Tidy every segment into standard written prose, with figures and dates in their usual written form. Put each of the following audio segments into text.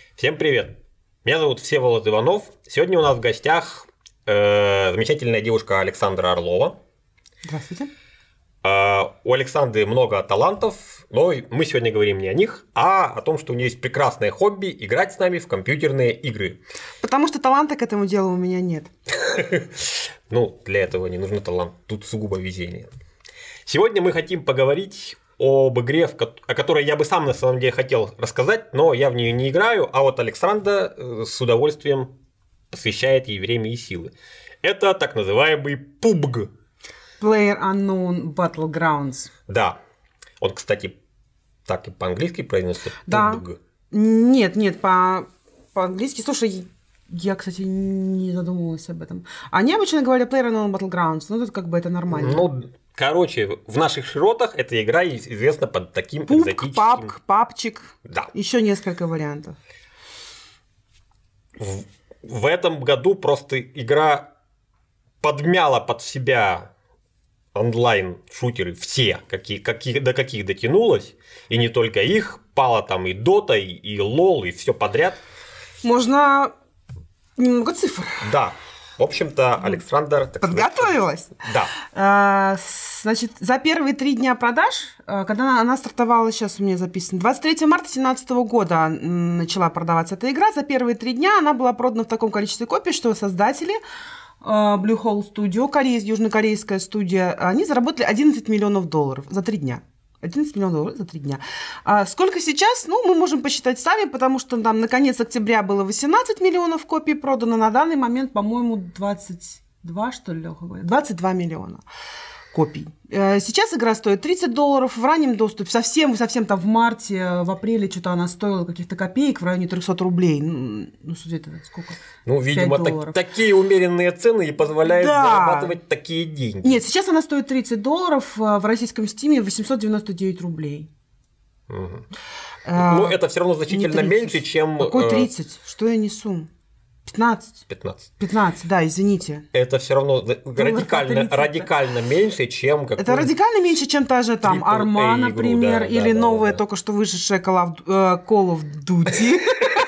Всем привет! Меня зовут Всеволод Иванов. Сегодня у нас в гостях замечательная девушка Александра Орлова. Здравствуйте. У Александры много талантов, но мы сегодня говорим не о них, а о том, что у нее есть прекрасное хобби – играть с нами в компьютерные игры. Потому что таланта к этому делу у меня нет. Ну, для этого не нужен талант, тут сугубо везение. Сегодня мы хотим поговорить об игре, о которой я бы сам на самом деле хотел рассказать, но я в нее не играю, а вот Александра с удовольствием посвящает ей время и силы. Это так называемый PUBG. PlayerUnknown's Battlegrounds. Да. Он, кстати, так и по-английски произносится. Да. PUBG. Нет, по-английски. Слушай, я, кстати, не задумывалась об этом. Они обычно говорят PlayerUnknown's Battlegrounds, но тут как бы это нормально. Ну, короче, в наших широтах эта игра известна под таким экзотическим... PUBG, папчик. Да. Еще несколько вариантов. В этом году просто игра подмяла под себя онлайн-шутеры все, до каких дотянулась, и не только их, пала там и Dota, и LoL, и все подряд. Можно немного цифр. Да. В общем-то, Александр... Подготовилась? Да. Значит, за первые 3 дня продаж, когда она стартовала, сейчас у меня записано, 23 марта 2017 года начала продаваться эта игра, за первые 3 дня она была продана в таком количестве копий, что создатели Blue Hole Studio, южнокорейская студия, они заработали $11 миллионов за 3 дня. 11 миллионов долларов за 3 дня. А сколько сейчас? Ну, мы можем посчитать сами, потому что там на конец октября было 18 миллионов копий продано. На данный момент, по-моему, 22, что ли, Лёха говорит? 22 миллиона копий. Сейчас игра стоит $30. В раннем доступе, совсем там в марте, в апреле что-то она стоила каких-то копеек в районе 300 рублей. Ну, судите, сколько? Ну, видимо, такие умеренные цены и позволяют зарабатывать такие деньги. Нет, сейчас она стоит $30, в российском стиме 899 рублей. Угу. Ну, это все равно значительно меньше, чем... Какой 30? Что я несу? 15. 15, да, извините. Это все равно радикально меньше, чем... Это радикально меньше, чем та же там Арма, например, или новая только что вышедшая Call of Duty.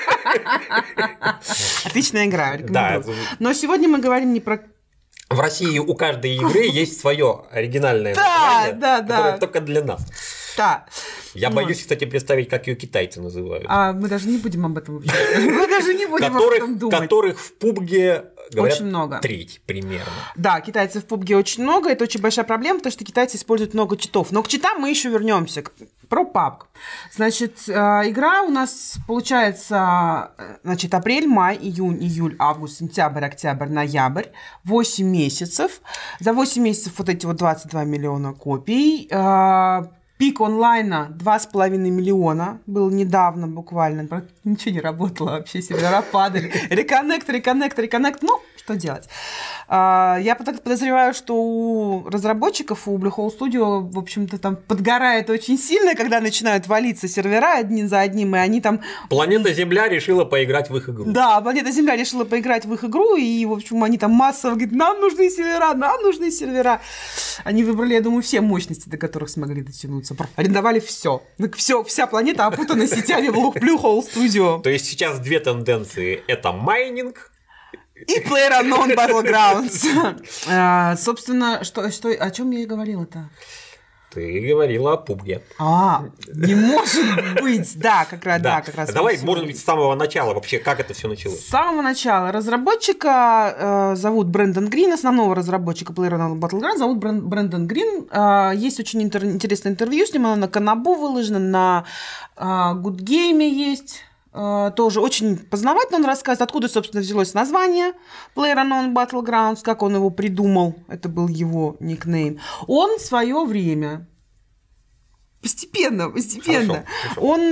Отличная игра, рекомендую. Но сегодня мы говорим не про... В России у каждой игры есть свое оригинальное название, которое только для нас. Да. Я боюсь, кстати, представить, как ее китайцы называют. Мы даже не будем об этом вообще. Мы даже не будем об этом думать. Которых в PUBG, говорят, очень много. Треть примерно. Да, китайцев в PUBG очень много. Это очень большая проблема, потому что китайцы используют много читов. Но к читам мы еще вернемся. Про PUBG. Значит, игра у нас получается, значит, апрель, май, июнь, июль, август, сентябрь, октябрь, ноябрь. 8 месяцев. За 8 месяцев вот эти вот 22 миллиона копий. Пик онлайна 2,5 миллиона был недавно буквально. Ничего не работало вообще, сервера падали. Реконнект. Ну, что делать? Я подозреваю, что у разработчиков, у Blue Hole Studio, в общем-то, там подгорает очень сильно, когда начинают валиться сервера один за одним, и они там... Планета Земля решила поиграть в их игру. Да, Планета Земля решила поиграть в их игру, и, в общем, они там массово говорят, нам нужны сервера. Они выбрали, я думаю, все мощности, до которых смогли дотянуться. Арендовали все. Вся планета опутана сетями Blue Hole Studio. То есть сейчас 2 тенденции. Это майнинг и PlayerUnknown's Battlegrounds. Собственно, о чем я и говорила-то? Ты говорила о PUBG. Не может быть. Да, как раз. Давай, может быть, с самого начала вообще, как это все началось? С самого начала. Разработчика зовут Брэндон Грин, основного разработчика PlayerUnknown's Battlegrounds зовут Брэндон Грин. Есть очень интересное интервью с ним, оно на Канабу выложено, на Good Game есть. Тоже очень познавательно он рассказывает, откуда, собственно, взялось название PlayerUnknown's Battlegrounds, как он его придумал, это был его никнейм. Он в свое время, постепенно, Хорошо. он,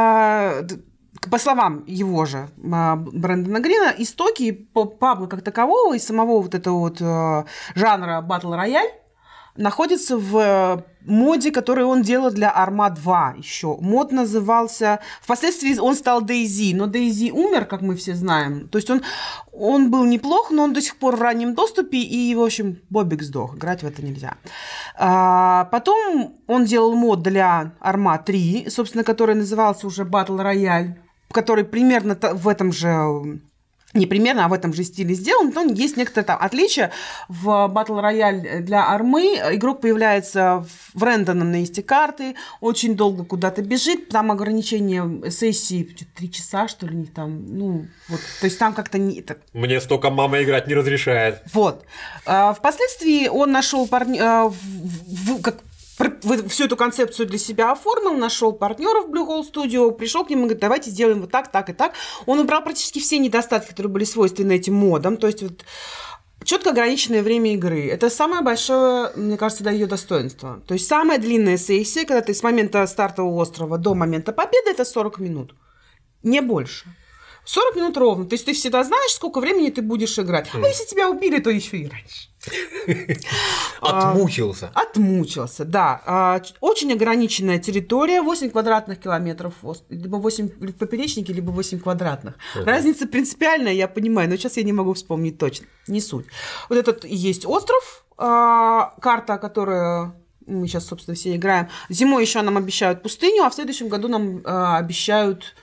по словам его же, Брэндона Грина, истоки PUBG как такового и самого вот этого вот жанра Battle Royale находится в моде, который он делал для Arma 2 еще. Мод назывался... Впоследствии он стал DayZ, но DayZ умер, как мы все знаем. То есть он был неплох, но он до сих пор в раннем доступе, и, в общем, Бобик сдох. Играть в это нельзя. Потом он делал мод для Arma 3, собственно, который назывался уже Battle Royale. который примерно в этом же... Не примерно, а в этом же стиле сделан, но есть некоторые там отличия. В Battle Royale для армы игрок появляется в рандомности карты, очень долго куда-то бежит, там ограничение сессии 3 часа, что ли, у них там, ну, вот, то есть там как-то не... Мне столько мама играть не разрешает. Вот. Впоследствии он нашел всю эту концепцию для себя оформил, нашел партнеров в Blue Hole Studio, пришел к ним и говорит, давайте сделаем вот так, так и так. Он убрал практически все недостатки, которые были свойственны этим модам, то есть вот четко ограниченное время игры. Это самое большое, мне кажется, ее достоинство. То есть самая длинная сессия, когда ты с момента старта у острова до момента победы, это 40 минут, не больше. 40 минут ровно. То есть ты всегда знаешь, сколько времени ты будешь играть. А если тебя убили, то еще и раньше. Отмучился. Отмучился, да. Очень ограниченная территория, 8 квадратных километров, либо 8 в поперечнике, либо 8 квадратных. Разница принципиальная, я понимаю, но сейчас я не могу вспомнить точно. Не суть. Вот этот и есть остров, карта, которая... Мы сейчас, собственно, все играем. Зимой еще нам обещают пустыню, а в следующем году нам обещают...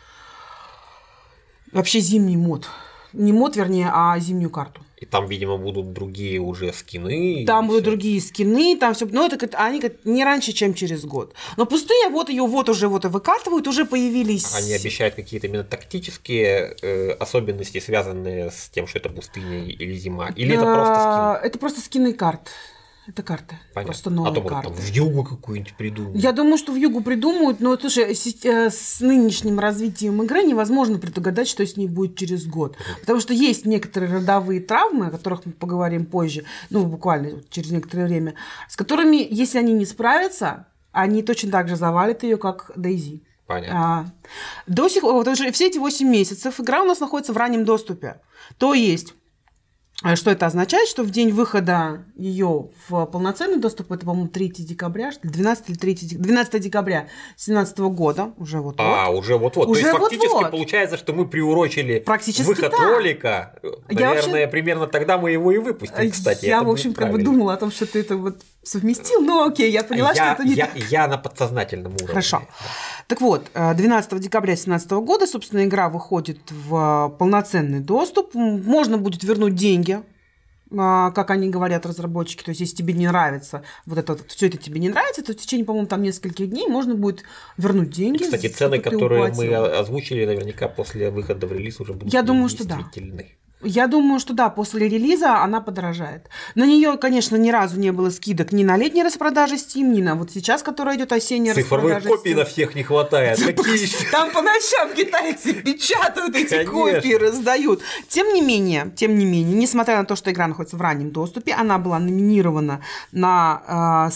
Вообще зимний мод. Не мод, вернее, а зимнюю карту. И там, видимо, будут другие уже скины. Там будут другие скины, там все. Но это они не раньше, чем через год. Но пустыня, вот ее уже выкатывают, уже появились. Они обещают какие-то именно тактические особенности, связанные с тем, что это пустыня или зима. Или это просто скин? Это просто скины карт. Это карта. Понятно. Просто новые то карты. Там в югу какую-нибудь придумают. Я думаю, что в югу придумают, но слушай, с нынешним развитием игры невозможно предугадать, что с ней будет через год. Потому что есть некоторые родовые травмы, о которых мы поговорим позже, ну, буквально через некоторое время, с которыми, если они не справятся, они точно так же завалят ее, как DayZ. Понятно. До сих пор, уже все эти 8 месяцев игра у нас находится в раннем доступе. То есть... Что это означает? Что в день выхода ее в полноценный доступ, это, по-моему, 3 декабря, 12 или 12 декабря 2017 года, уже вот-вот. Уже вот-вот. Уже то есть фактически вот-вот. Получается, что мы приурочили практически выход да. ролика. Наверное, примерно тогда мы его и выпустим, кстати. Я, в общем, как бы думала о том, что ты это вот совместил, но окей, я поняла, что это не так. Я на подсознательном уровне. Хорошо. Так вот, 12 декабря 2017 года, собственно, игра выходит в полноценный доступ. Можно будет вернуть деньги, как они говорят, разработчики. То есть, если тебе не нравится, все это тебе не нравится, то в течение, по-моему, там нескольких дней можно будет вернуть деньги. И, кстати, цены, которые мы озвучили, наверняка после выхода в релиз уже будут действительны. Я думаю, что да, после релиза она подорожает. На нее, конечно, ни разу не было скидок ни на летние распродажи Steam, ни на вот сейчас, которая идет осенняя распродажа Steam. Цифровых копий на всех не хватает. Там по ночам китайцы печатают эти копии, раздают. Тем не менее, несмотря на то, что игра находится в раннем доступе, она была номинирована на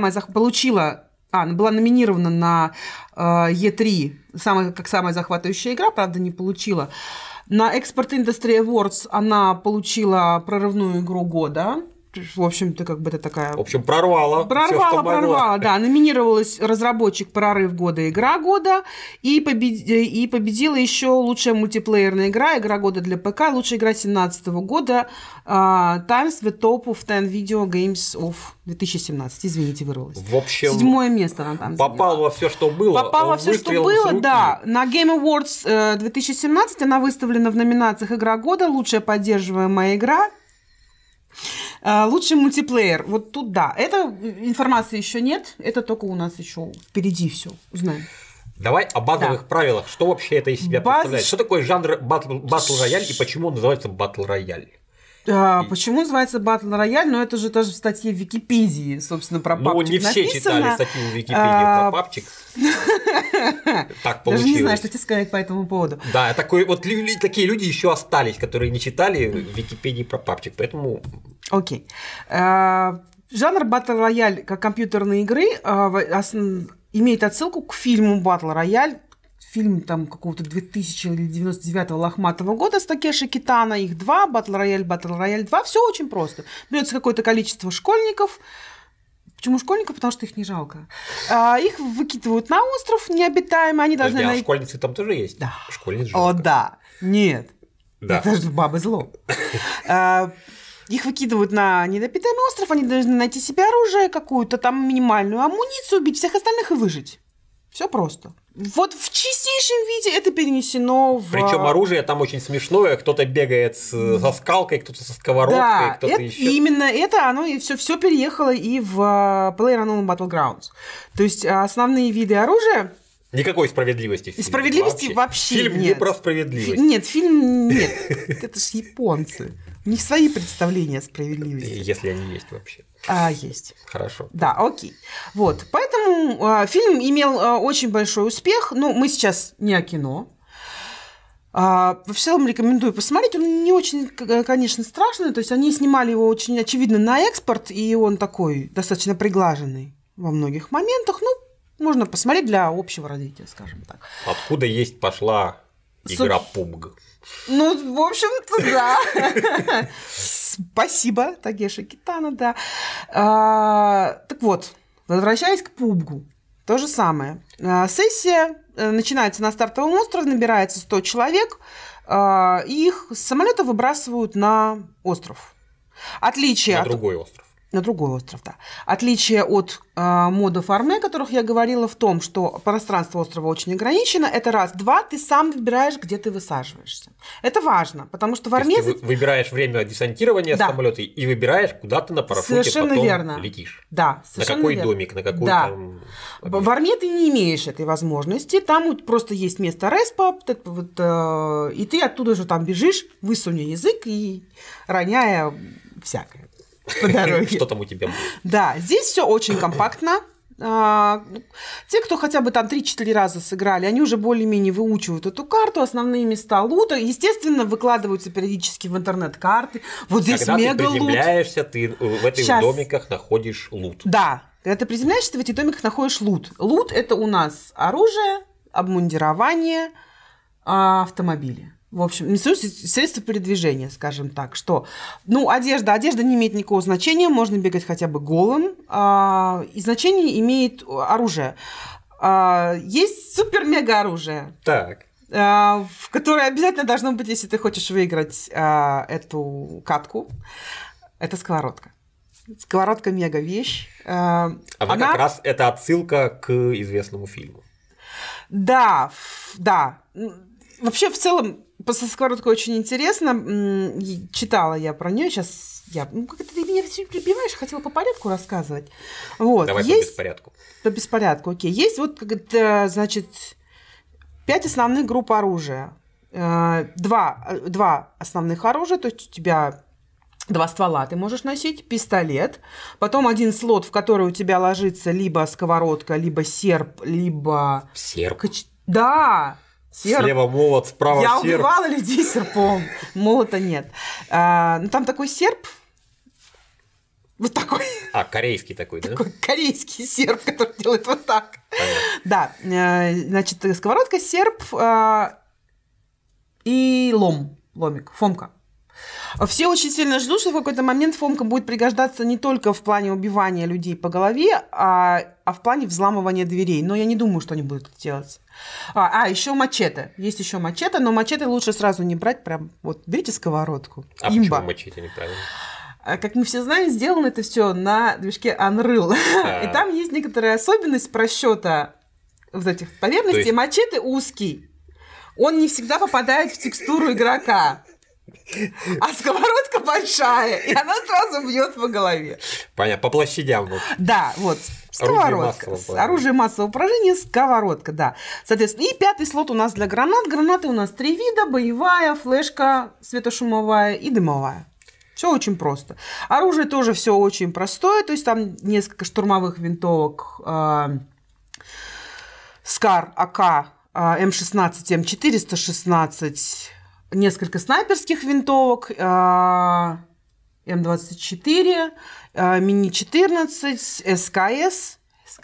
была номинирована на E3 как самая захватывающая игра, правда, не получила. На Export Industry Awards она получила прорывную игру года. В общем-то, как бы это такая... В общем, прорвала, да. Номинировалась разработчик «Прорыв года», «Игра года». И победила еще лучшая мультиплеерная игра года для ПК, лучшая игра 2017 года Times the Top of 10 Video Games of 2017. Извините, вырвалась. В общем, 7-е место она там попала во все, что было. Попала во все, что было, да. На Game Awards 2017 она выставлена в номинациях «Игра года», «Лучшая поддерживаемая игра», лучший мультиплеер. Вот тут да. Это информации еще нет. Это только у нас еще впереди все. Узнаем. Давай о базовых правилах. Что вообще это из себя представляет? Что такое жанр батл рояль и почему он называется батл рояль? Почему называется батл рояль? Но это же даже в статье в Википедии, собственно, про папчик написано. Ну, не все читали статью в Википедии про папчик. Так получилось. Даже не знаю, что тебе сказать по этому поводу. Да, такие люди еще остались, которые не читали в Википедии про папчик, поэтому... Окей. Жанр батл рояль как компьютерной игры имеет отсылку к фильму «Батл рояль». Фильм там какого-то 2000 или 99-го лохматого года с Такеши Китано. Их 2, Батл Рояль 2. Все очень просто. Берется какое-то количество школьников. Почему школьников? Потому что их не жалко. Их выкидывают на остров необитаемый. Они должны найти... школьницы там тоже есть? Да. Школьниц жалко. О, да. Нет. Да. Это же бабы зло. Их выкидывают на необитаемый остров. Они должны найти себе оружие, какую-то там минимальную амуницию, убить всех остальных и выжить. Все просто. Вот в чистейшем виде это перенесено в... Причем оружие там очень смешное. Кто-то бегает со скалкой, кто-то со сковородкой, да, кто-то еще. Именно это, оно и все переехало и в PlayerUnknown's Battlegrounds. То есть основные виды оружия... Никакой справедливости в фильме. Справедливости вообще Фильм нет. не про справедливость. Нет, фильм нет. Это ж японцы. У них свои представления о справедливости. Если они есть вообще. Есть. Хорошо. Да, окей. Вот, поэтому фильм имел очень большой успех. Ну, мы сейчас не о кино. В целом рекомендую посмотреть. Он не очень, конечно, страшный. То есть они снимали его очень очевидно на экспорт, и он такой достаточно приглаженный во многих моментах. Ну, можно посмотреть для общего развития, скажем так. Откуда пошла игра PUBG? Ну, в общем-то, да. Спасибо, Тагеши Китано, да. Так вот, возвращаясь к PUBG. То же самое. Сессия начинается на стартовом острове, набирается 100 человек, и их с самолета выбрасывают на остров. Отличие от... другой остров. На другой остров, да. Отличие от модов арме, о которых я говорила, в том, что пространство острова очень ограничено. Это раз. Два, ты сам выбираешь, где ты высаживаешься. Это важно, потому что в арме... Ты выбираешь время десантирования самолета и выбираешь, куда ты на парашюте совершенно потом летишь. Летишь. Да, на какой домик, на какой там... В арме ты не имеешь этой возможности. Там просто есть место респа, и ты оттуда же там бежишь, высуня язык и роняя всякое. По дороге. Что там у тебя будет? Да, здесь все очень компактно. Те, кто хотя бы там 3-4 раза сыграли, они уже более-менее выучивают эту карту, основные места лута. Естественно, выкладываются периодически в интернет карты. Вот здесь когда мега-лут. Когда ты приземляешься, ты в этих домиках находишь лут. Да, когда ты приземляешься, ты в этих домиках находишь лут. Лут – это у нас оружие, обмундирование, автомобили. В общем, средства передвижения, скажем так, что, ну, одежда не имеет никакого значения, можно бегать хотя бы голым, и значение имеет оружие. Есть супер-мега-оружие, так. которое обязательно должно быть, если ты хочешь выиграть эту катку, это сковородка. Сковородка мега-вещь. Она как раз это отсылка к известному фильму. Да. Вообще, в целом, со сковородкой очень интересно. Читала я про нее. Сейчас как ты меня все прибиваешь, хотела по порядку рассказывать. Вот. Давай по беспорядку. По беспорядку, окей. Есть вот, значит, 5 основных групп оружия. Два основных оружия, то есть у тебя 2 ствола ты можешь носить, пистолет, потом 1 слот, в который у тебя ложится либо сковородка, либо серп, либо... Серп? Да! Серп. Слева молот, справа Я серп. Я убивала людей серпом. Молота нет. Ну, там такой серп. Вот такой. Корейский такой, да? Такой корейский серп, который делает вот так. Понятно. Да. Значит, сковородка, серп и ломик, фомка. Все очень сильно ждут, что в какой-то момент фомка будет пригождаться не только в плане убивания людей по голове, а в плане взламывания дверей. Но я не думаю, что они будут это делать. Еще мачете. Есть еще мачете, но мачете лучше сразу не брать. Прям вот берите сковородку. Почему мачете неправильно? Как мы все знаем, сделано это все на движке Unreal. И там есть некоторая особенность просчета вот этих поверхностей. Есть... Мачете узкий. Он не всегда попадает в текстуру игрока. А сковородка большая, и она сразу бьет по голове. Понятно, по площадям. Вот. Да, вот. Сковородка. Оружие массового поражения, сковородка, да. Соответственно, и 5-й слот у нас для гранат. Гранаты у нас 3 вида: боевая, флешка, светошумовая и дымовая. Все очень просто. Оружие тоже все очень простое, то есть там несколько штурмовых винтовок Скар, АК, М16, М416, несколько снайперских винтовок, М24, Мини-14, СКС.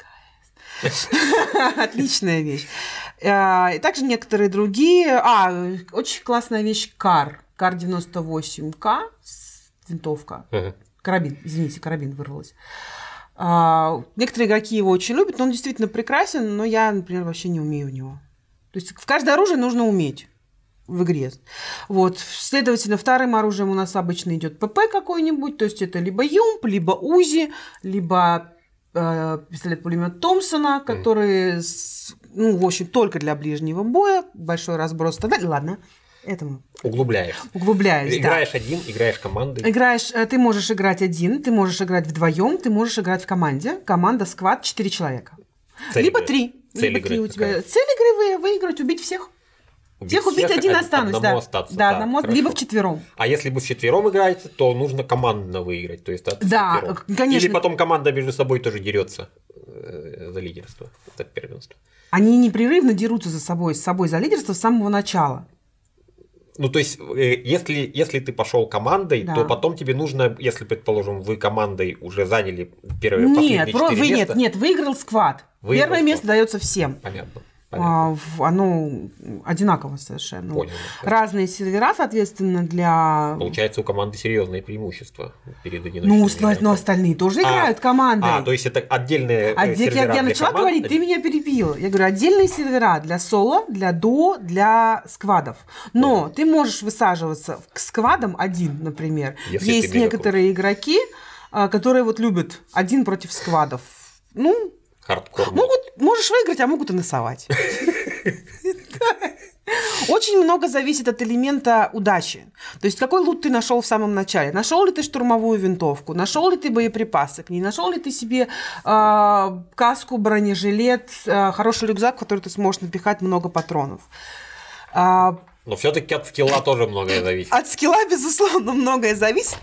Отличная вещь. И также некоторые другие. Очень классная вещь Кар 98К, винтовка. Карабин вырвалась. Некоторые игроки его очень любят, но он действительно прекрасен, но я, например, вообще не умею в него. То есть в каждое оружие нужно уметь в игре. Вот. Следовательно, вторым оружием у нас обычно идет ПП какой-нибудь, то есть это либо ЮМП, либо УЗИ, либо пистолет-пулемет Томпсона, который ну, в общем, только для ближнего боя, большой разброс и так далее. Ладно, это мы Углубляюсь, играешь один, играешь командой. Ты можешь играть один, ты можешь играть вдвоем, ты можешь играть в команде. Команда сквад 4 человека. Либо 3. Цель либо 3 у тебя. какая? Цель игры выиграть, убить всех. Всех убить, один останусь, да. Остаться, да, так, одному, либо вчетвером. А если вы вчетвером играете, то нужно командно выиграть. То есть, да, конечно. Или потом команда между собой тоже дерется за лидерство, за первенство. Они непрерывно дерутся с собой за лидерство с самого начала. Ну, то есть, если ты пошел командой, да. то потом тебе нужно, если, предположим, вы командой уже заняли последние 4 места. Нет, выиграл сквад. Первое место дается всем. Понятно. Оно одинаково совершенно. Понял. Разные сервера, соответственно, для... Получается, у команды серьезные преимущества перед одиночными. Но остальные тоже играют командой. То есть это отдельные сервера Я начала говорить, ты меня перебил. Я говорю, отдельные сервера для соло, для дуо, для сквадов. Но ты можешь высаживаться к сквадам один, например. Есть некоторые игроки, которые вот любят один против сквадов. Ну, хардкор. Можешь выиграть, а могут и насовать. Очень много зависит от элемента удачи. То есть, какой лут ты нашел в самом начале? Нашел ли ты штурмовую винтовку? Нашел ли ты боеприпасы к ней? Нашел ли ты себе каску, бронежилет, хороший рюкзак, в который ты сможешь напихать много патронов? Но все-таки от скилла тоже многое зависит. От скилла, безусловно, многое зависит.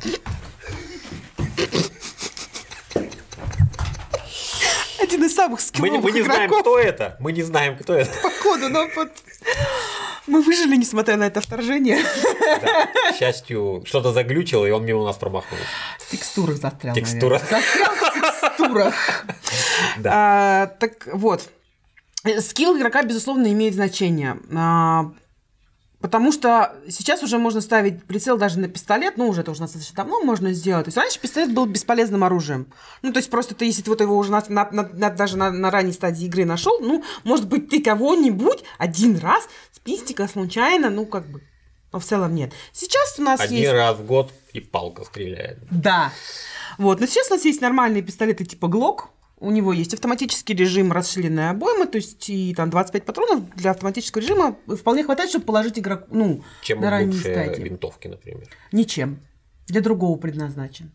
Один из самых скилловых мы не знаем, кто это. Мы не знаем, кто это. Походу, но вот мы выжили, несмотря на это вторжение. Да. К счастью, что-то заглючило, и он мимо нас промахнулся. В текстурах застрял, Застрял в текстурах. Да. Так вот, скилл игрока, безусловно, имеет значение. Потому что сейчас уже можно ставить прицел даже на пистолет, ну, уже это уже достаточно давно можно сделать. То есть раньше пистолет был бесполезным оружием. Ну, то есть просто ты, если ты вот его уже даже на ранней стадии игры нашел, ну, может быть, ты кого-нибудь один раз с пистика случайно, ну, как бы, но в целом нет. Сейчас у нас есть... Один раз в год и палка стреляет. Да. Вот, но сейчас у нас есть нормальные пистолеты типа Glock. У него есть автоматический режим расширенной обоймы, то есть и там 25 патронов для автоматического режима вполне хватает, чтобы положить игроку, ну, чем на ранней лучше стадии. Винтовки, например? Ничем. Для другого предназначен.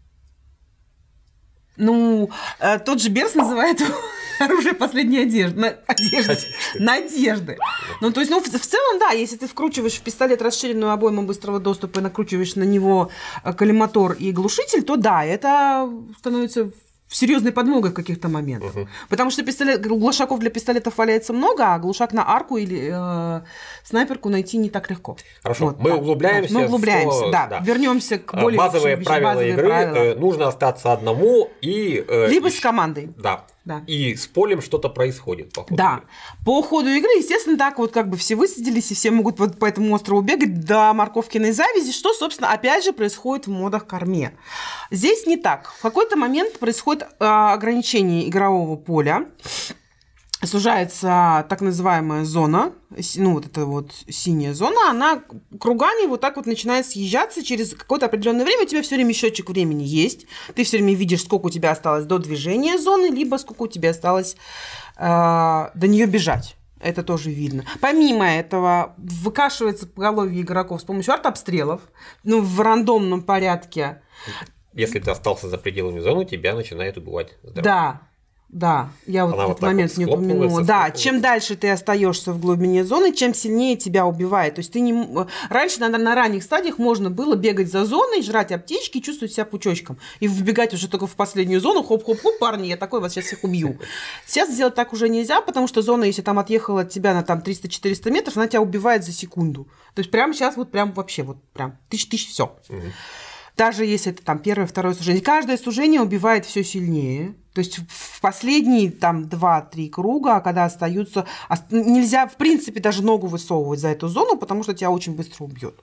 Ну, тот же Берс называет оружие последней надежды. Ну, то есть, ну, в целом, да, если ты вкручиваешь в пистолет расширенную обойму быстрого доступа и накручиваешь на него коллиматор и глушитель, то да, это становится серьезной подмогой в каких-то моментах. Потому что глушаков для пистолетов валяется много, а глушак на арку или снайперку найти не так легко. Хорошо, вот, мы углубляемся. Да. Вернемся к более базовые правила игры. Нужно остаться одному и... Либо с командой. Да. И с полем что-то происходит по ходу игры. Да. По ходу игры, естественно, так вот как бы все высадились, и все могут вот по этому острову бегать до Морковкиной завязи, что, собственно, опять же происходит в модах Корме. Здесь не так. В какой-то момент происходит ограничение игрового поля. Сужается так называемая зона, ну вот эта вот синяя зона, она кругами вот так вот начинает съезжаться через какое-то определенное время, у тебя все время счетчик времени есть, ты все время видишь, сколько у тебя осталось до движения зоны, либо сколько у тебя осталось до нее бежать. Это тоже видно. Помимо этого, выкашивается поголовье игроков с помощью артобстрелов, ну, в рандомном порядке. Если ты остался за пределами зоны, тебя начинает убивать. Да, я вот этот момент не упомянула. Да, чем дальше ты остаешься в глубине зоны, чем сильнее тебя убивает. То есть ты не... Раньше на ранних стадиях можно было бегать за зоной, жрать аптечки и чувствовать себя пучочком. И вбегать уже только в последнюю зону, хоп-хоп-хоп, парни, я такой вас сейчас всех убью. Сейчас сделать так уже нельзя, потому что зона, если там отъехала от тебя на там 300-400 метров, она тебя убивает за секунду. То есть прямо сейчас вот прям вообще вот прям тысяч все. Даже если это там первое, второе сужение. Каждое сужение убивает все сильнее. То есть в последние там 2-3 круга, когда остаются... Нельзя, в принципе, даже ногу высовывать за эту зону, потому что тебя очень быстро убьет.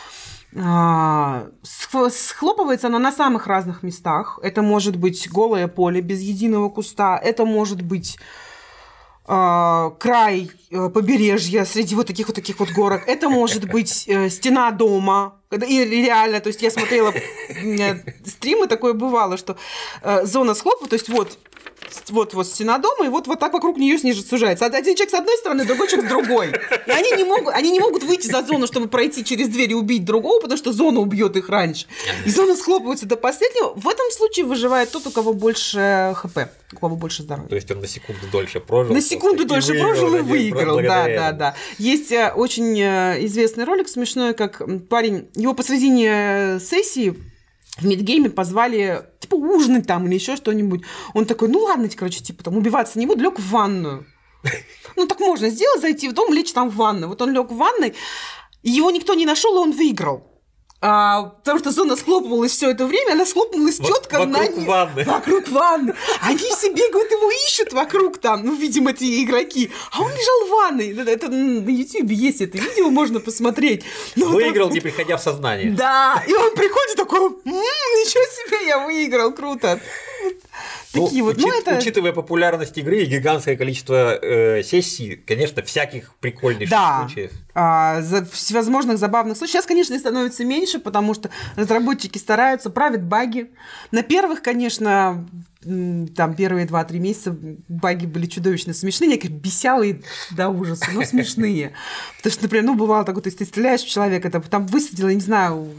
Схлопывается она на самых разных местах. Это может быть голое поле без единого куста. Это может быть... край побережья среди вот таких вот горок. Это может быть стена дома. И реально, то есть я смотрела стримы, такое бывало, что зона схлопа, то есть вот вот стена дома, и вот так вокруг нее сужается. Один человек с одной стороны, другой человек с другой. И они не могут выйти за зону, чтобы пройти через дверь и убить другого, потому что зона убьет их раньше. И зона схлопывается до последнего. В этом случае выживает тот, у кого больше ХП, у кого больше здоровья. То есть он на секунду дольше прожил. На секунду дольше прожил и выиграл. Да. Есть очень известный ролик смешной, как парень, его посредине сессии в мидгейме позвали, типа, ужинать там или еще что-нибудь. Он такой, ну ладно, короче, типа, там, убиваться не буду, лег в ванную. Ну, так можно сделать, зайти в дом, лечь там в ванную. Вот он лег в ванной, его никто не нашел, и он выиграл. Потому что зона схлопывалась все это время, она схлопнулась четко вокруг ванны. Они все бегают, его ищут вокруг там, ну, видимо, эти игроки. А он лежал в ванной. Это на YouTube есть это видео, можно посмотреть. Выиграл, не приходя в сознание. Да, и он приходит такой, ничего себе, я выиграл, круто. Такие вот. Учитывая популярность игры и гигантское количество сессий, конечно, всяких прикольнейших случаев. Всевозможных забавных случаев. Сейчас, конечно, их становится меньше, потому что разработчики стараются, правят баги. На первых, конечно, там первые 2-3 месяца баги были чудовищно смешные, некие бесялые до ужаса, но смешные. Потому что, например, бывало так, вот, если ты стреляешь в человека, там высадила, я не знаю,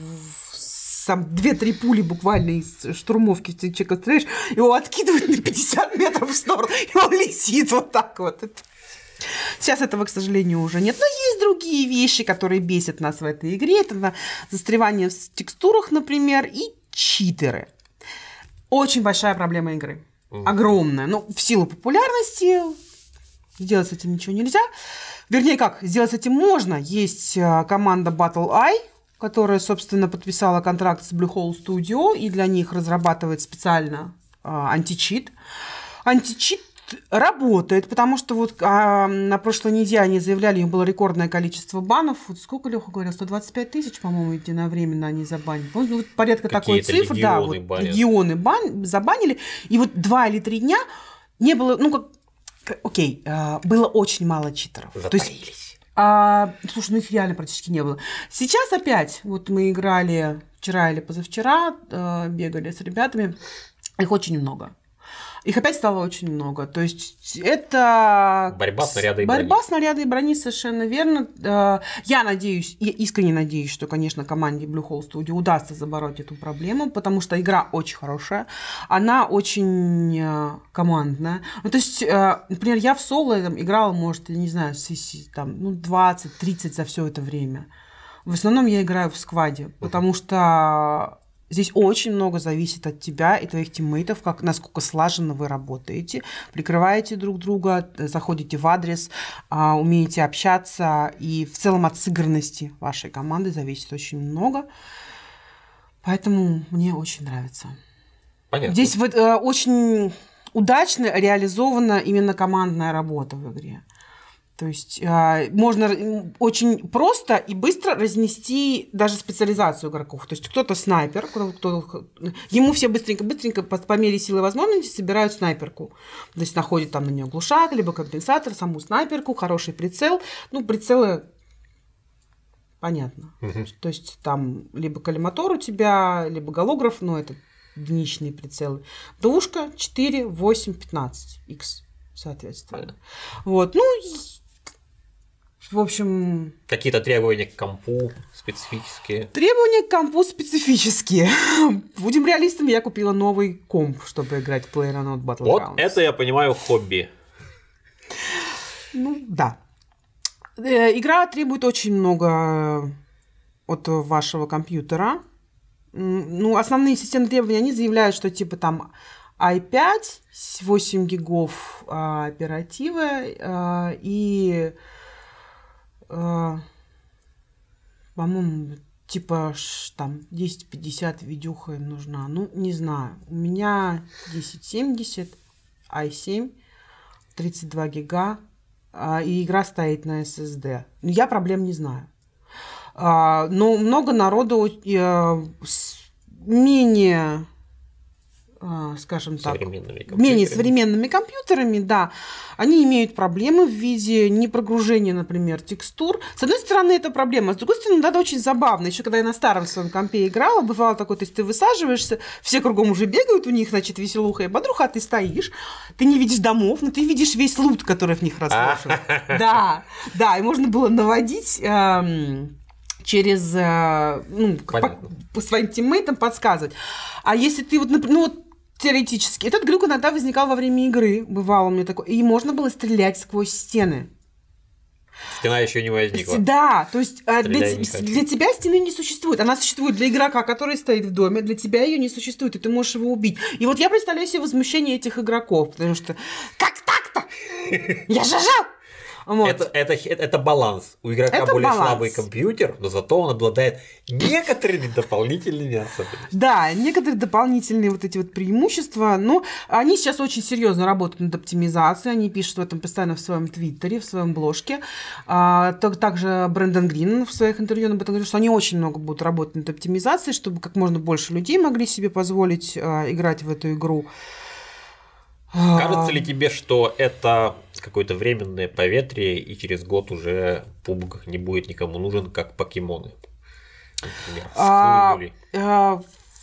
там 2-3 пули буквально из штурмовки ты человека стреляешь, его откидывают на 50 метров в сторону, и он летит вот так вот. Сейчас этого, к сожалению, уже нет. Но есть другие вещи, которые бесят нас в этой игре. Это застревание в текстурах, например, и читеры. Очень большая проблема игры. Огромная. Но в силу популярности сделать с этим ничего нельзя. Вернее, как, сделать с этим можно. Есть команда Battle Eye, которая, собственно, подписала контракт с Blue Hole Studio и для них разрабатывает специально античит. Античит работает, потому что вот на прошлой неделе они заявляли, у них было рекордное количество банов. Вот сколько Леха говорил? 125 тысяч, по-моему, единовременно они забанили. Вот порядка такой цифры. Да, вот регионы забанили. И вот 2 или 3 дня не было, было очень мало читеров. Затаились. Слушай, их реально практически не было. Сейчас опять, вот мы играли вчера или позавчера, бегали с ребятами, их очень много. Их опять стало очень много. То есть это... Борьба снаряда и брони. Борьба снаряда и брони, совершенно верно. Я надеюсь, я искренне надеюсь, что, конечно, команде Blue Hole Studio удастся забороть эту проблему, потому что игра очень хорошая, она очень командная. Ну, то есть, например, я в соло играла, может, я не знаю, сессий 20-30 за все это время. В основном я играю в скваде, потому что здесь очень много зависит от тебя и твоих тиммейтов, насколько слаженно вы работаете, прикрываете друг друга, заходите в адрес, умеете общаться, и в целом от сыгранности вашей команды зависит очень много. Поэтому мне очень нравится. Понятно. Здесь очень удачно реализована именно командная работа в игре. То есть можно очень просто и быстро разнести даже специализацию игроков. То есть кто-то снайпер, ему все быстренько по мере силы и возможности собирают снайперку. То есть находят там на нее глушак, либо компенсатор, саму снайперку, хороший прицел. Прицелы понятно. То есть там либо коллиматор у тебя, либо голограф, это единичные прицелы. Двушка 4, 8, 15 X, соответственно. Вот, в общем... Какие-то требования к компу специфические? Требования к компу специфические. Будем реалистами, я купила новый комп, чтобы играть в PlayerUnknown's Battlegrounds. Вот это я понимаю хобби. Да. Игра требует очень много от вашего компьютера. Основные системные требования, они заявляют, что типа там i5, 8 гигов оперативы и... по-моему, типа там 1050 видюха им нужна. Не знаю. У меня 1070, i7, 32 гига, и игра стоит на SSD. Я проблем не знаю. Но много народу с менее скажем так, современными менее современными компьютерами, да, они имеют проблемы в виде непрогружения, например, текстур. С одной стороны, это проблема, с другой стороны, да, это очень забавно. Еще когда я на старом своем компе играла, бывало такое, то есть ты высаживаешься, все кругом уже бегают, у них, значит, веселуха и бодруха, а ты стоишь, ты не видишь домов, но ты видишь весь лут, который в них расположен. Да, да, и можно было наводить через, по своим тиммейтам подсказывать. А если ты вот, теоретически, этот глюк иногда возникал во время игры, бывало у меня такое, и можно было стрелять сквозь стены. Стена еще не возникла. Да, то есть для тебя стены не существует. Она существует для игрока, который стоит в доме, для тебя ее не существует, и ты можешь его убить. И вот я представляю себе возмущение этих игроков, потому что как так-то? Я же жал! Вот. Это баланс. У игрока это более слабый компьютер, но зато он обладает некоторыми дополнительными особенностями. Да, некоторые дополнительные вот эти вот преимущества. Но они сейчас очень серьезно работают над оптимизацией. Они пишут в этом постоянно в своем твиттере, в своем бложке. Также Брэндон Грин в своих интервью об этом говорит, что они очень много будут работать над оптимизацией, чтобы как можно больше людей могли себе позволить играть в эту игру. Кажется ли тебе, что это какое-то временное поветрие, и через год уже PUBG не будет никому нужен, как покемоны? Например,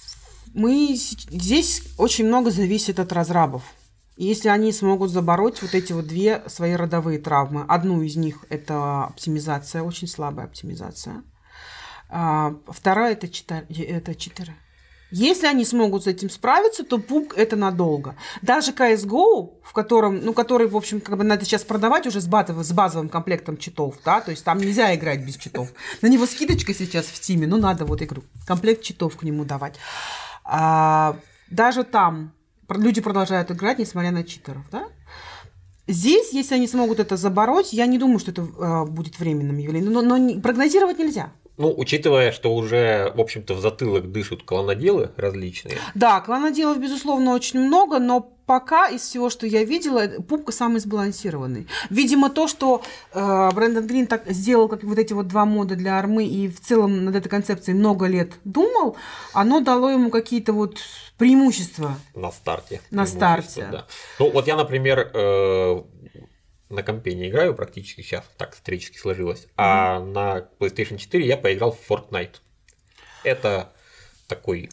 здесь очень много зависит от разрабов. Если они смогут забороть вот эти вот две свои родовые травмы. Одну из них – это оптимизация, очень слабая оптимизация. Вторая – это читеры. Если они смогут с этим справиться, то PUBG это надолго. Даже CSGO, который, в общем, как бы надо сейчас продавать уже с базовым комплектом читов, да, то есть там нельзя играть без читов. На него скидочка сейчас в Steam, надо вот игру, комплект читов к нему давать. Даже там люди продолжают играть, несмотря на читеров, да. Здесь, если они смогут это забороть, я не думаю, что это будет временным явлением, но прогнозировать нельзя. Учитывая, что уже, в общем-то, в затылок дышат клоноделы различные. Да, клоноделов, безусловно, очень много, но пока из всего, что я видела, PUBG самый сбалансированный. Видимо, то, что Брэндон Грин так сделал, как вот эти вот два мода для армы, и в целом над этой концепцией много лет думал, оно дало ему какие-то вот преимущества. На старте. На старте. Да. Вот я, например, на компе не играю практически сейчас, так исторически сложилось. А на PlayStation 4 я поиграл в Fortnite. Это такой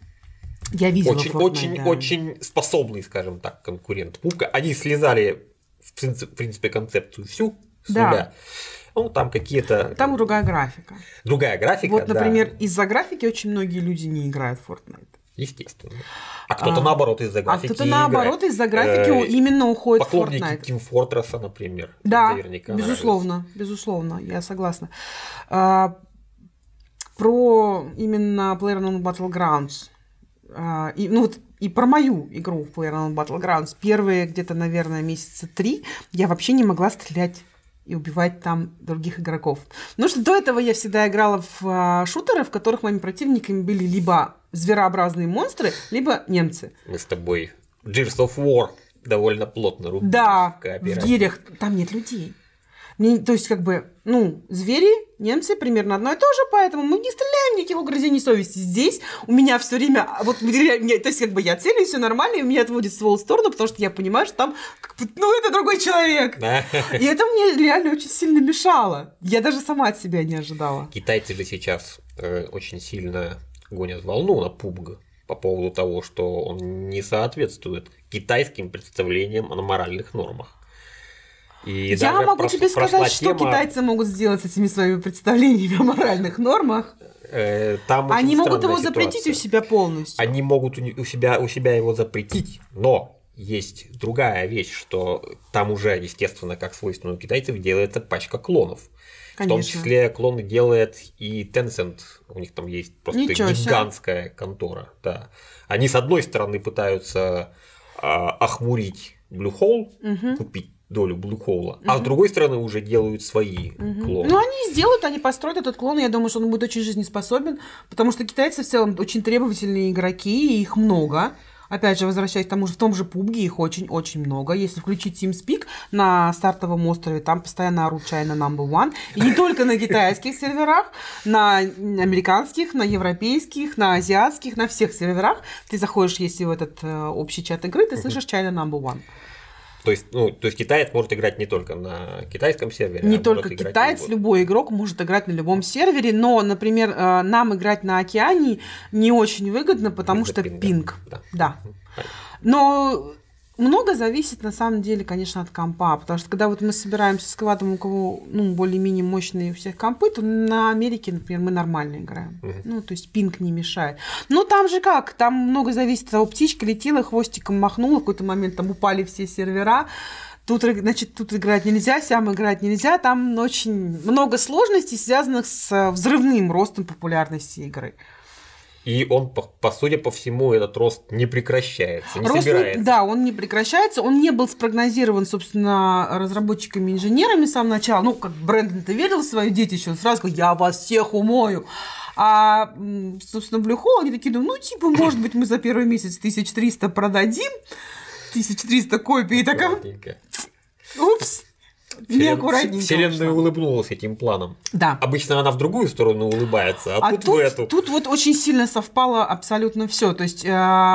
очень способный, скажем так, конкурент PUBG. Они слезали, в принципе, концепцию всю с нуля. Там какие-то... Там другая графика. Другая графика, вот, например, из-за графики очень многие люди не играют в Fortnite. Естественно. А кто-то наоборот из-за графики. А кто-то наоборот из-за графики именно уходит в Fortnite. Поклонники Team Fortress, например. Да, безусловно, я согласна. Про именно PlayerUnknown's Battlegrounds. И про мою игру в PlayerUnknown's Battlegrounds. Первые где-то, наверное, месяца 3 я вообще не могла стрелять и убивать там других игроков. Потому что до этого я всегда играла в шутеры, в которых моими противниками были либо зверообразные монстры, либо немцы. Мы с тобой Gears of War довольно плотно рубились. Да, в гирях там нет людей. То есть, звери, немцы примерно одно и то же, поэтому мы не стреляем, никаких угрызений совести. Здесь у меня все время, то есть, я целюсь, все нормально, и меня отводит ствол в сторону, потому что я понимаю, что там, это другой человек. И это мне реально очень сильно мешало. Я даже сама от себя не ожидала. Китайцы же сейчас очень сильно гонят волну на PUBG по поводу того, что он не соответствует китайским представлениям о моральных нормах. И я могу тебе сказать, что китайцы могут сделать с этими своими представлениями о моральных нормах. Они могут его запретить у себя полностью. Они могут у себя его запретить, но есть другая вещь, что там уже, естественно, как свойственно у китайцев, делается пачка клонов. Конечно. В том числе клоны делает и Tencent. У них там есть просто гигантская контора. Да. Они, с одной стороны, пытаются охмурить Blue Hole, купить долю Blue Hole, а с другой стороны уже делают свои клоны. Они построят этот клон, и я думаю, что он будет очень жизнеспособен, потому что китайцы в целом очень требовательные игроки, и их много. Опять же, возвращаясь к тому же, в том же PUBG их очень-очень много. Если включить TeamSpeak на стартовом острове, там постоянно орут China number one. И не только на китайских серверах, на американских, на европейских, на азиатских, на всех серверах. Ты заходишь, если в этот общий чат игры, ты слышишь China number one. То есть китаец может играть не только на китайском сервере. Не только китаец, любой игрок может играть на любом сервере, но, например, нам играть на океане не очень выгодно, потому что пинг. Да. Но много зависит, на самом деле, конечно, от компа, потому что когда вот мы собираемся с сквадом, у кого более-менее мощные у всех компы, то на Америке, например, мы нормально играем. То есть пинг не мешает. Но там же как? Там много зависит от того, птичка летела, хвостиком махнула, в какой-то момент там упали все сервера. Тут играть нельзя, сям играть нельзя. Там очень много сложностей, связанных с взрывным ростом популярности игры. И он, судя по всему, этот рост не прекращается, не собирается. Да, он не прекращается. Он не был спрогнозирован, собственно, разработчиками-инженерами с самого начала. Ну, как Брэндон-то верил в свое детище, он сразу сказал, я вас всех умою. А, собственно, Blue Hole, они такие думают, может быть, мы за первый месяц 1300 продадим, 1300 копий, и такая, упс. Вселенная улыбнулась этим планом. Да. Обычно она в другую сторону улыбается, а тут в эту. Тут вот очень сильно совпало абсолютно все. То есть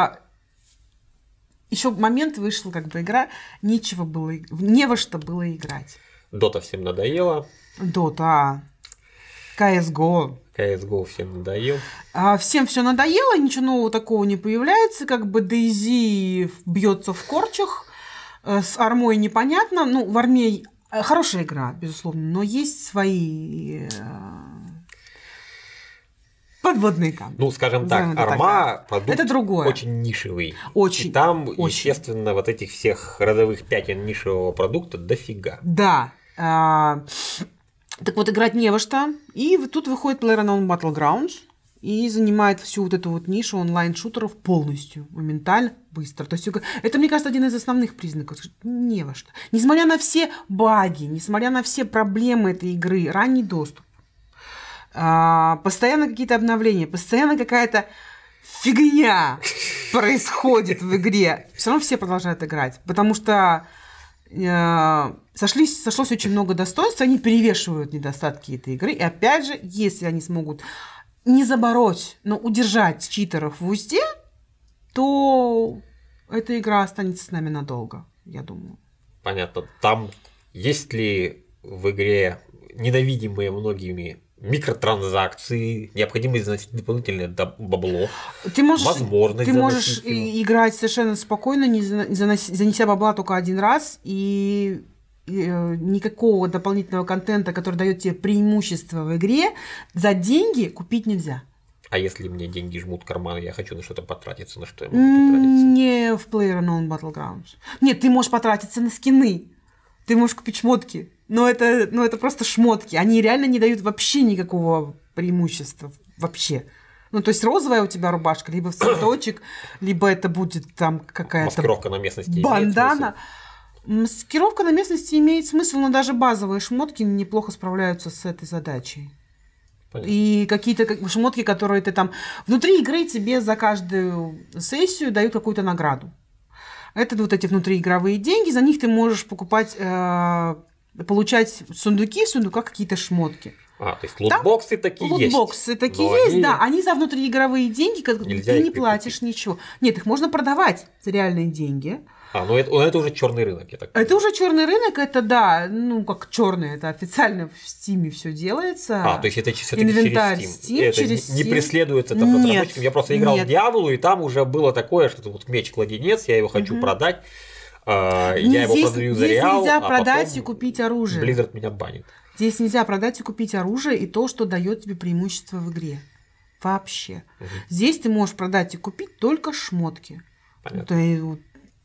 еще момент вышел, как бы игра, не во что было играть. Дота всем надоела. Дота. CSGO. CSGO всем надоел. Всем все надоело, ничего нового такого не появляется. Как бы DayZ бьется в корчах. С армой непонятно. Ну, в армии хорошая игра, безусловно, но есть свои подводные камни. Ну, скажем так, арма продукт это другое. Очень нишевый. Очень. И там, естественно, вот этих всех родовых пятен нишевого продукта дофига. Да. Так вот, играть не во что. И тут выходит PlayerUnknown's Battlegrounds и занимает всю вот эту вот нишу онлайн-шутеров полностью, моментально, быстро. То есть это, мне кажется, один из основных признаков. Не во что. Несмотря на все баги, несмотря на все проблемы этой игры, ранний доступ, постоянно какие-то обновления, постоянно какая-то фигня происходит в игре, все равно все продолжают играть, потому что сошлось очень много достоинств, они перевешивают недостатки этой игры, и опять же, если они смогут не забороть, но удержать читеров в узде, то эта игра останется с нами надолго, я думаю. Понятно. Там есть ли в игре ненавидимые многими микротранзакции, необходимость заносить дополнительное бабло, возможность Ты можешь играть совершенно спокойно, не занеся бабла только один раз, и никакого дополнительного контента, который дает тебе преимущество в игре, за деньги купить нельзя. А если мне деньги жмут в карман, я хочу на что-то потратиться, на что я могу потратиться? Не в PlayerUnknown's Battlegrounds. Нет, ты можешь потратиться на скины, ты можешь купить шмотки, но это просто шмотки. Они реально не дают вообще никакого преимущества. Вообще. Ну, то есть розовая у тебя рубашка, либо в цветочек, либо это будет там какая-то маскировка на местности. Бандана. Маскировка на местности имеет смысл, но даже базовые шмотки неплохо справляются с этой задачей. Понятно. И какие-то шмотки, которые ты там... Внутри игры тебе за каждую сессию дают какую-то награду. Это вот эти внутриигровые деньги, за них ты можешь покупать, получать в сундуках какие-то шмотки. То есть лутбоксы такие есть. Лутбоксы такие есть, да. Они за внутриигровые деньги, ты не платишь ничего. Нет, их можно продавать за реальные деньги. Это уже черный рынок, я так понимаю. Это уже черный рынок, это да, как черный, это официально в Steam все делается. То есть это все-таки инвентарь Steam. Это через не преследуется там разработчиком. Я просто играл в Диаблу, и там уже было такое, что вот меч-кладенец, я его хочу продать, я его продаю за реал, нельзя продать и купить оружие. Blizzard меня банит. Здесь нельзя продать и купить оружие и то, что дает тебе преимущество в игре. Вообще. Здесь ты можешь продать и купить только шмотки. Понятно.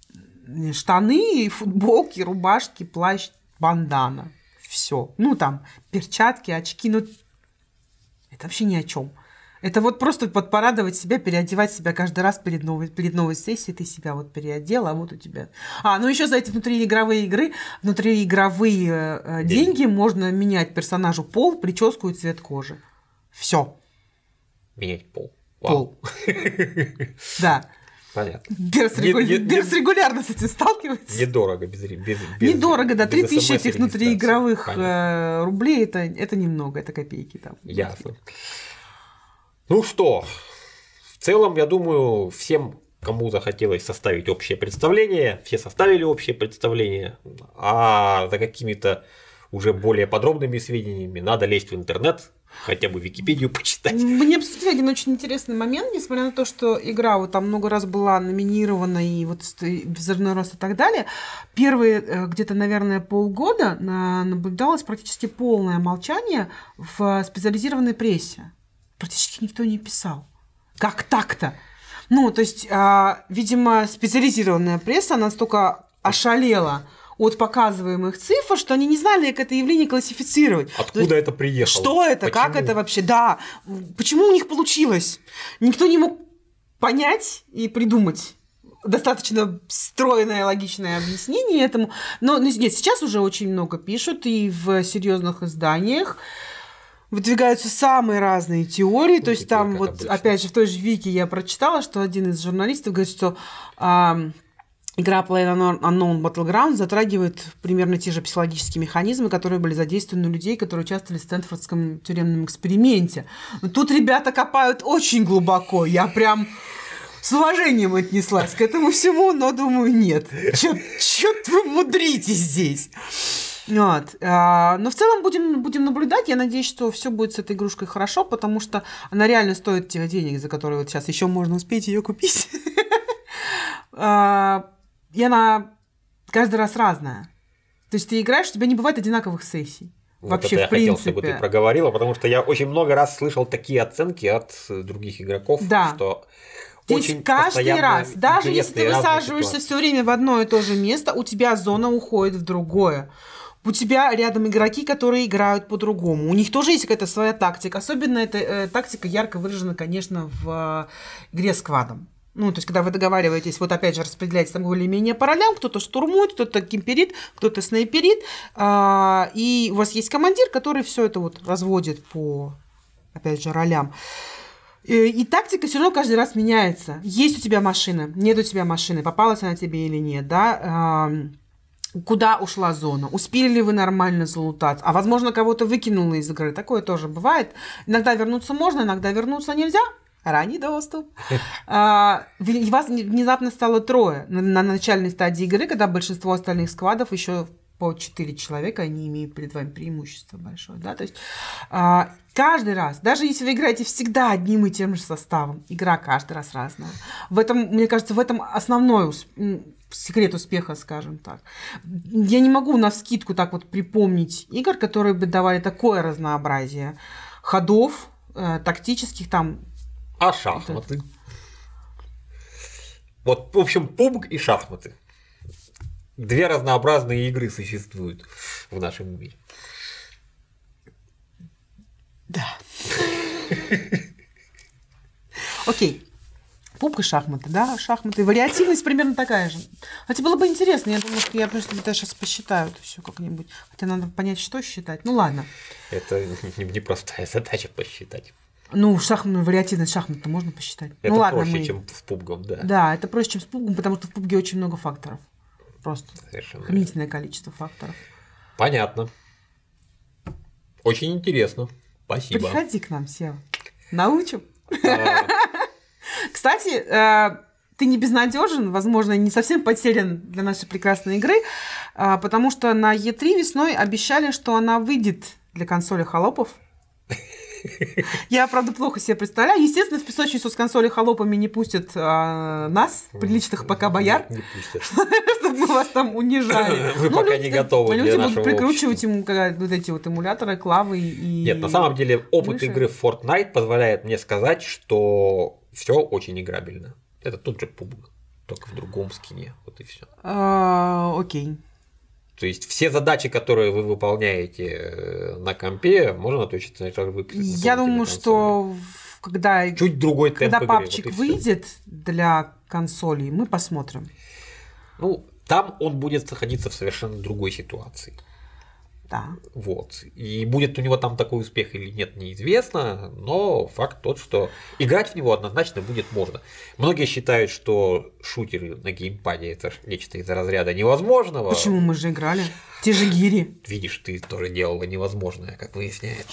Штаны, футболки, рубашки, плащ, бандана. Все. Там перчатки, очки. Это вообще ни о чем. Это вот просто порадовать себя, переодевать себя каждый раз перед новой сессией. Ты себя вот переодел, а вот у тебя... еще за эти внутриигровые деньги можно менять персонажу пол, прическу и цвет кожи. Все. Менять пол. Пол. Да. Понятно. Берс регулярно с этим сталкивается. Недорого. Недорого, да. 3000 этих СМС-регистрации. внутриигровых Понятно. рублей это немного, это копейки там. Ясно. Ну что, в целом, я думаю, всем, кому захотелось составить общее представление, все составили общее представление, а за какими-то уже более подробными сведениями надо лезть в интернет, хотя бы Википедию почитать. Мне посмотрели один очень интересный момент, несмотря на то, что игра вот там много раз была номинирована и вот взрывной рост и так далее. Первые где-то, наверное, полгода наблюдалось практически полное молчание в специализированной прессе. Практически никто не писал. Как так-то? Ну, то есть, видимо, специализированная пресса настолько ошалела от показываемых цифр, что они не знали, как это явление классифицировать. Откуда это приехало? Что это? Почему? Как это вообще? Да. Почему у них получилось? Никто не мог понять и придумать достаточно стройное, логичное объяснение этому. Но нет, сейчас уже очень много пишут, и в серьезных изданиях выдвигаются самые разные теории. То есть там вот, обычно. Опять же, в той же Вики я прочитала, что один из журналистов говорит, что игра PlayerUnknown's Battlegrounds затрагивает примерно те же психологические механизмы, которые были задействованы у людей, которые участвовали в Стэнфордском тюремном эксперименте. Но тут ребята копают очень глубоко. Я прям с уважением отнеслась к этому всему, но думаю, нет. Чё-то вы мудрите здесь. Вот. Но в целом будем наблюдать. Я надеюсь, что все будет с этой игрушкой хорошо, потому что она реально стоит тех денег, за которые вот сейчас еще можно успеть ее купить. И она каждый раз разная. То есть ты играешь, у тебя не бывает одинаковых сессий. Вот вообще, это в принципе. Я хотел, чтобы ты проговорила, потому что я очень много раз слышал такие оценки от других игроков, да. что то очень есть каждый раз, даже если ты высаживаешься все время в одно и то же место, у тебя зона уходит в другое. У тебя рядом игроки, которые играют по-другому. У них тоже есть какая-то своя тактика. Особенно эта тактика ярко выражена, конечно, в игре с квадом. Ну, то есть, когда вы договариваетесь, вот опять же, распределяете там более-менее по ролям, кто-то штурмует, кто-то кемперит, кто-то снайперит, и у вас есть командир, который все это вот разводит по, опять же, ролям. И тактика все равно каждый раз меняется. Есть у тебя машина, нет у тебя машины, попалась она тебе или нет, да? Куда ушла зона? Успели ли вы нормально залутать? А, возможно, кого-то выкинуло из игры. Такое тоже бывает. Иногда вернуться можно, иногда вернуться нельзя. Ранний доступ. И вас внезапно стало трое на начальной стадии игры, когда большинство остальных сквадов еще по 4 человека, они имеют перед вами преимущество большое. Да? То есть каждый раз, даже если вы играете всегда одним и тем же составом, игра каждый раз разная. В этом, мне кажется, в этом основной секрет успеха, скажем так. Я не могу навскидку так вот припомнить игр, которые бы давали такое разнообразие ходов, тактических там. А шахматы? Вот, в общем, PUBG и шахматы. Две разнообразные игры существуют в нашем мире. Да. Окей. PUBG и шахматы, да? Шахматы. Вариативность примерно такая же. Хотя было бы интересно. Я думаю, что я просто сейчас посчитаю это все как-нибудь. Хотя надо понять, что считать. Ну ладно. Это непростая задача посчитать. Ну, вариативность шахмат-то можно посчитать. Это ну, ладно, проще, чем с PUBG, да. Да, это проще, чем с PUBG, потому что в PUBG очень много факторов. Просто совершенно охренительное количество факторов. Понятно. Очень интересно. Спасибо. Приходи к нам, Сева. Научим. Кстати, ты не безнадежен, возможно, не совсем потерян для нашей прекрасной игры, потому что на E3 весной обещали, что она выйдет для консоли холопов. Я, правда, плохо себе представляю. Естественно, в песочницу с консоли холопами не пустят нас, приличных пока бояр, чтобы мы вас там унижали. Вы пока не готовы для нашего общества. Люди будут прикручивать им вот эти вот эмуляторы, клавы и... Нет, на самом деле опыт игры в Fortnite позволяет мне сказать, что все очень играбельно. Это тот же PUBG, только в другом скине. Вот и все. Окей. То есть все задачи, которые вы выполняете на компе, можно точно так же выписать. Я думаю, что когда чуть другой темп игры, папчик вот выйдет для консолей, мы посмотрим. Ну, там он будет находиться в совершенно другой ситуации. Да. Вот. И будет у него там такой успех или нет, неизвестно, но факт тот, что играть в него однозначно будет можно. Многие считают, что шутеры на геймпаде это нечто из разряда невозможного. Почему мы же играли? Те же гири. Видишь, ты тоже делала невозможное, как выясняется.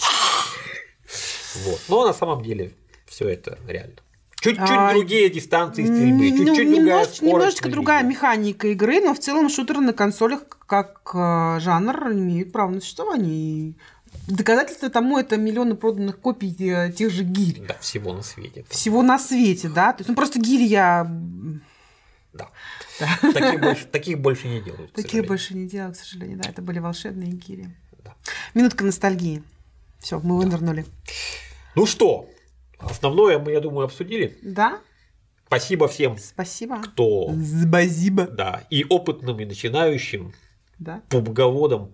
Вот. Но на самом деле все это реально. Чуть-чуть другие дистанции стрельбы, чуть-чуть другая скорость. Немножечко другая механика игры, но в целом шутеры на консолях как жанр имеют право на существование. И доказательство тому это миллионы проданных копий тех же гирь. Да, всего на свете. Всего на свете, да. То есть, просто гири я... Да. Таких больше не делают. Таких больше не делают, к сожалению, да. Это были волшебные гири. Да. Минутка ностальгии. Все, мы вынырнули. Ну что? Основное мы, я думаю, обсудили. Да. Спасибо всем, Спасибо. кто... Спасибо. Да, и опытным, и начинающим, да. пубговедам.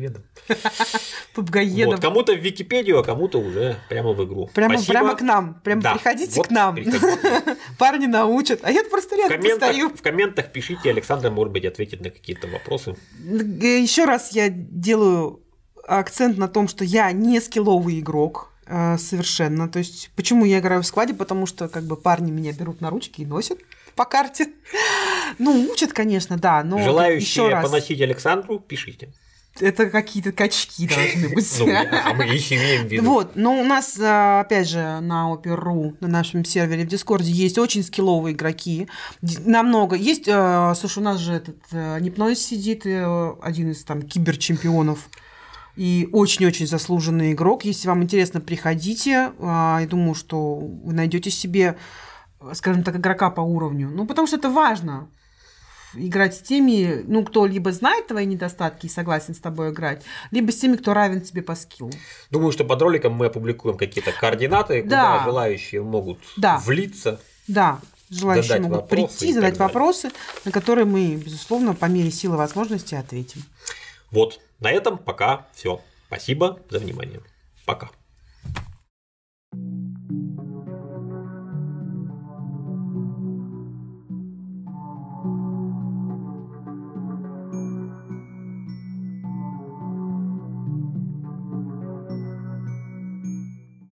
Пубгоедам. Вот, кому-то в Википедию, а кому-то уже прямо в игру. Прямо к нам. Прямо да. Приходите вот, к нам. Приходите. Парни научат. А я просто рядом постою. В комментах пишите, Александра, может быть, ответит на какие-то вопросы. Еще раз я делаю акцент на том, что я не скилловый игрок. Совершенно. То есть, почему я играю в скваде? Потому что как бы парни меня берут на ручки и носят по карте. Ну, учат, конечно, да. Но желающие поносить Александру, пишите. Это какие-то качки должны быть. А мы их имеем в виду. Вот, но у нас, опять же, на Opera.ru, на нашем сервере в Дискорде есть очень скилловые игроки. Намного. Есть, слушай, у нас же этот Непнойс сидит, один из там киберчемпионов. И очень-очень заслуженный игрок. Если вам интересно, приходите. Я думаю, что вы найдете себе, скажем так, игрока по уровню. Ну, потому что это важно. Играть с теми, ну, кто либо знает твои недостатки и согласен с тобой играть, либо с теми, кто равен тебе по скиллу. Думаю, что под роликом мы опубликуем какие-то координаты, да. куда желающие могут влиться. Да, желающие могут прийти, задать вопросы, на которые мы, безусловно, по мере силы возможности ответим. Вот, на этом пока все. Спасибо за внимание. Пока.